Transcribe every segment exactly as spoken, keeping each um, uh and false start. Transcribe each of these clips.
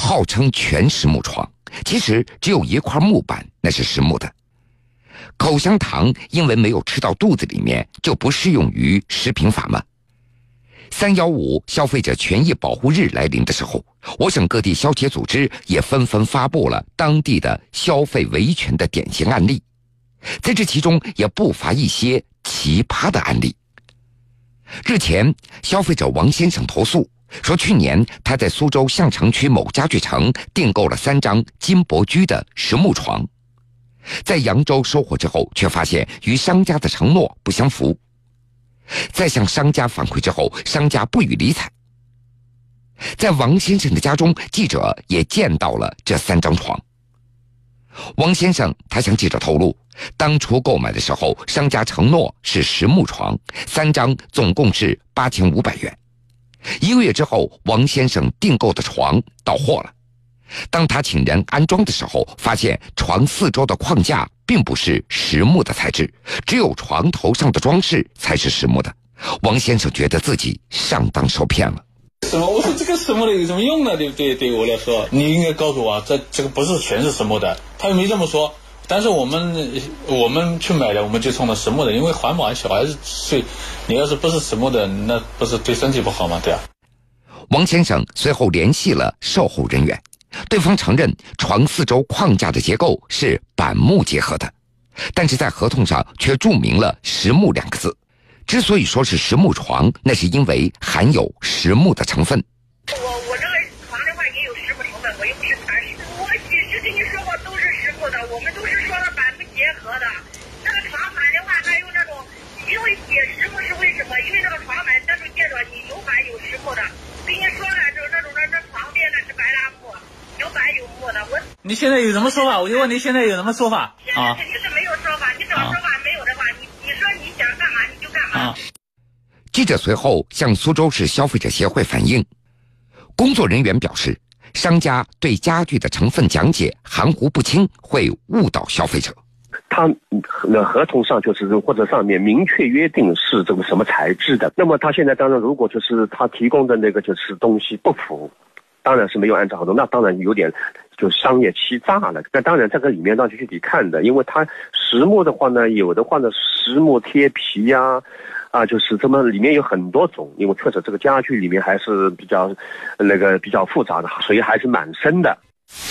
号称全实木床，其实只有一块木板那是实木的。口香糖因为没有吃到肚子里面，就不适用于食品法吗？三一五消费者权益保护日来临的时候，我省各地消协组织也纷纷发布了当地的消费维权的典型案例，在这其中也不乏一些奇葩的案例。日前，消费者王先生投诉说，去年他在苏州相城区某家具城订购了三张金箔居的实木床，在扬州收货之后，却发现与商家的承诺不相符。在向商家反馈之后，商家不予理睬。在王先生的家中，记者也见到了这三张床。王先生他向记者透露，当初购买的时候，商家承诺是实木床，三张总共是八千五百元。一个月之后，王先生订购的床到货了。当他请人安装的时候，发现床四周的框架并不是实木的材质，只有床头上的装饰才是实木的。王先生觉得自己上当受骗了。 什么？我说这个实木的有什么用呢？对不对？对我来说，你应该告诉我，这这个不是全是实木的。他又没这么说。但是我们我们去买的，我们就冲的实木的，因为环保，小孩子睡，你要是不是实木的，那不是对身体不好吗？对啊。 王先生随后联系了售后人员，对方承认床四周框架的结构是板木结合的，但是在合同上却注明了实木两个字。之所以说是实木床，那是因为含有实木的成分。 我我这个床的话也有实木成分，我又不是传世，我几时跟你说过都是实木的，我们都是说的板木结合的。那个床板的话，还有那种，因为写实木是为什么？因为那个床板那种见着你有板有实木的，跟你说了，就是那种那那床垫的是白蜡木，有板有木的。我你现在有什么说法？我就问你现在有什么说法？ 现在肯定是没有说法，你只要说法没有的话，你你说你想干嘛你就干嘛。 记者随后向苏州市消费者协会反映，工作人员表示，商家对家具的成分讲解含糊不清，会误导消费者。 他合同上就是或者上面明确约定是这个什么材质的，那么他现在当然如果就是他提供的那个就是东西不符，当然是没有按照合同，那当然有点就商业欺诈了。那当然这个里面那就具体看的，因为它实木的话呢，有的话呢实木贴皮呀、啊。啊，就是这么里面有很多种，因为确实这个家具里面还是比较那个比较复杂的，所以还是蛮深的。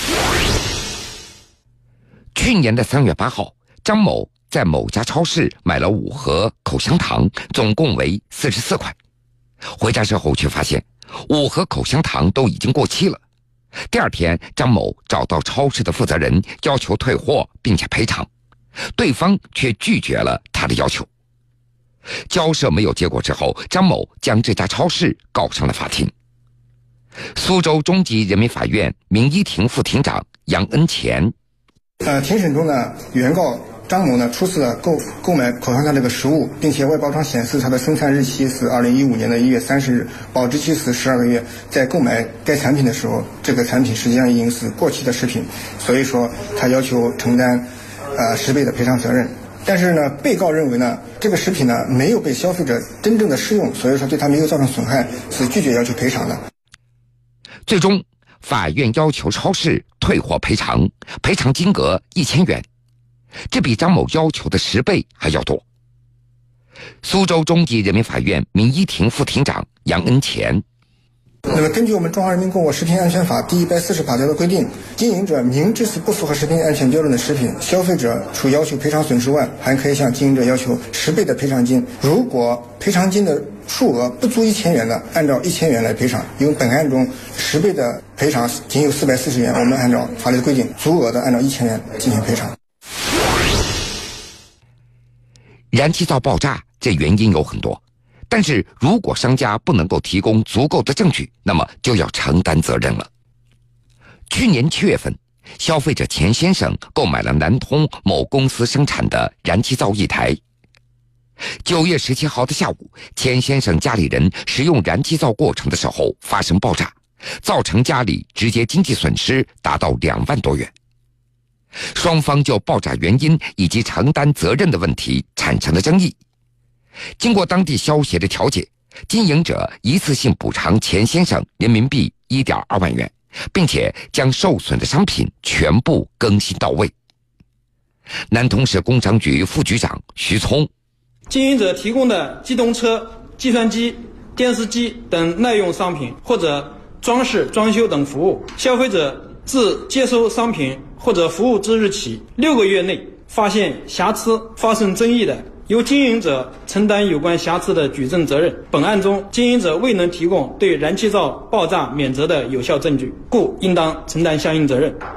去年的三月八号，张某在某家超市买了五盒口香糖，总共为四十四块。回家之后却发现五盒口香糖都已经过期了。第二天，张某找到超市的负责人，要求退货并且赔偿，对方却拒绝了他的要求。交涉没有结果之后，张某将这家超市告上了法庭。苏州中级人民法院民一庭副庭长杨恩乾， 呃，庭审中呢，原告张某呢初次购购买口香糖这个食物，并且外包装显示它的生产日期是二零一五年的一月三十日，保质期是十二个月。在购买该产品的时候，这个产品实际上已经是过期的食品，所以说他要求承担呃十倍的赔偿责任。但是呢，被告认为呢，这个食品呢没有被消费者真正的适用，所以说对他没有造成损害，是拒绝要求赔偿的。 最终，法院要求超市退货赔偿，赔偿金额一千元，这比张某要求的十倍还要多。苏州中级人民法院民一庭副庭长杨恩乾。 那么根据我们《中华人民共和国食品安全法》第一百四十八条的规定，经营者明知是不符合食品安全标准的食品，消费者除要求赔偿损失外，还可以向经营者要求十倍的赔偿金。如果赔偿金的数额不足一千元的，按照一千元来赔偿。因为本案中十倍的赔偿仅有四百四十元，我们按照法律规定，足额的按照一千元进行赔偿。 燃气灶爆炸，这原因有很多。但是如果商家不能够提供足够的证据，那么就要承担责任了。去年七月份，消费者钱先生购买了南通某公司生产的燃气灶一台。九月十七号的下午，钱先生家里人使用燃气灶过程的时候发生爆炸，造成家里直接经济损失达到两万多元。双方就爆炸原因以及承担责任的问题产生了争议。经过当地消协的调解，经营者一次性补偿钱先生人民币 一点二万元， 并且将受损的商品全部更新到位。南通市工商局副局长徐聪， 经营者提供的机动车、计算机、电视机等耐用商品或者装饰、装修等服务，消费者自接收商品或者服务之日起六个月内发现瑕疵、发生争议的，由经营者承担有关瑕疵的举证责任。本案中，经营者未能提供对燃气灶爆炸免责的有效证据，故应当承担相应责任。